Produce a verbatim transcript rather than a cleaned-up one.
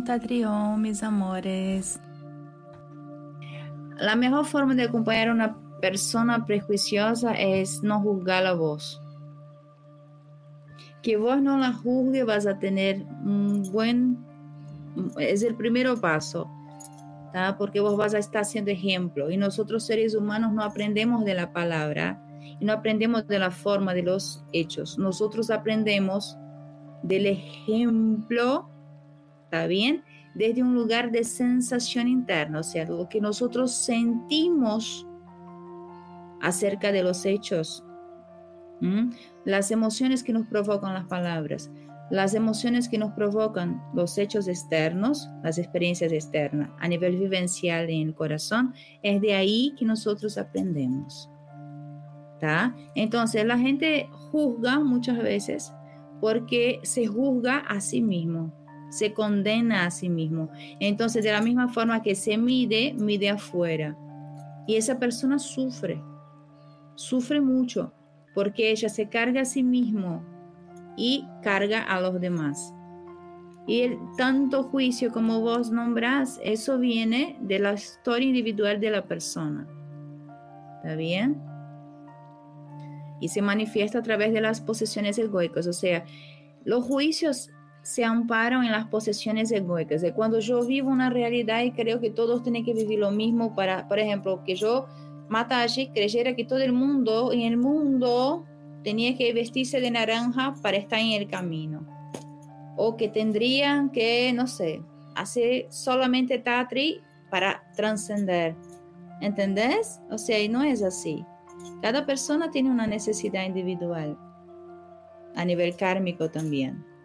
Tatrión, mis amores. La mejor forma de acompañar a una persona prejuiciosa es no juzgarla vos. Que vos no la juzgue, vas a tener un buen, es el primer paso, ¿tá? Porque vos vas a estar siendo ejemplo, y nosotros seres humanos no aprendemos de la palabra y no aprendemos de la forma de los hechos, nosotros aprendemos del ejemplo, ¿está bien? Desde un lugar de sensación interna, o sea, lo que nosotros sentimos acerca de los hechos. ¿Mm? Las emociones que nos provocan las palabras, las emociones que nos provocan los hechos externos, las experiencias externas a nivel vivencial en el corazón, es de ahí que nosotros aprendemos, ¿tá? Entonces la gente juzga muchas veces porque se juzga a sí mismo, se condena a sí mismo. Entonces, de la misma forma que se mide, mide afuera, y esa persona sufre, sufre mucho, porque ella se carga a sí mismo y carga a los demás. Y el tanto juicio como vos nombrás, eso viene de la historia individual de la persona. ¿Está bien? Y se manifiesta a través de las posesiones egoicas. O sea, los juicios se amparan en las posesiones egoicas. De cuando yo vivo una realidad y creo que todos tienen que vivir lo mismo para, por ejemplo, que yo Mataji creyera que todo el mundo en el mundo tenía que vestirse de naranja para estar en el camino, o que tendrían que, no sé, hacer solamente tatri para trascender, ¿entendés? O sea, y no es así. Cada persona tiene una necesidad individual, a nivel kármico también,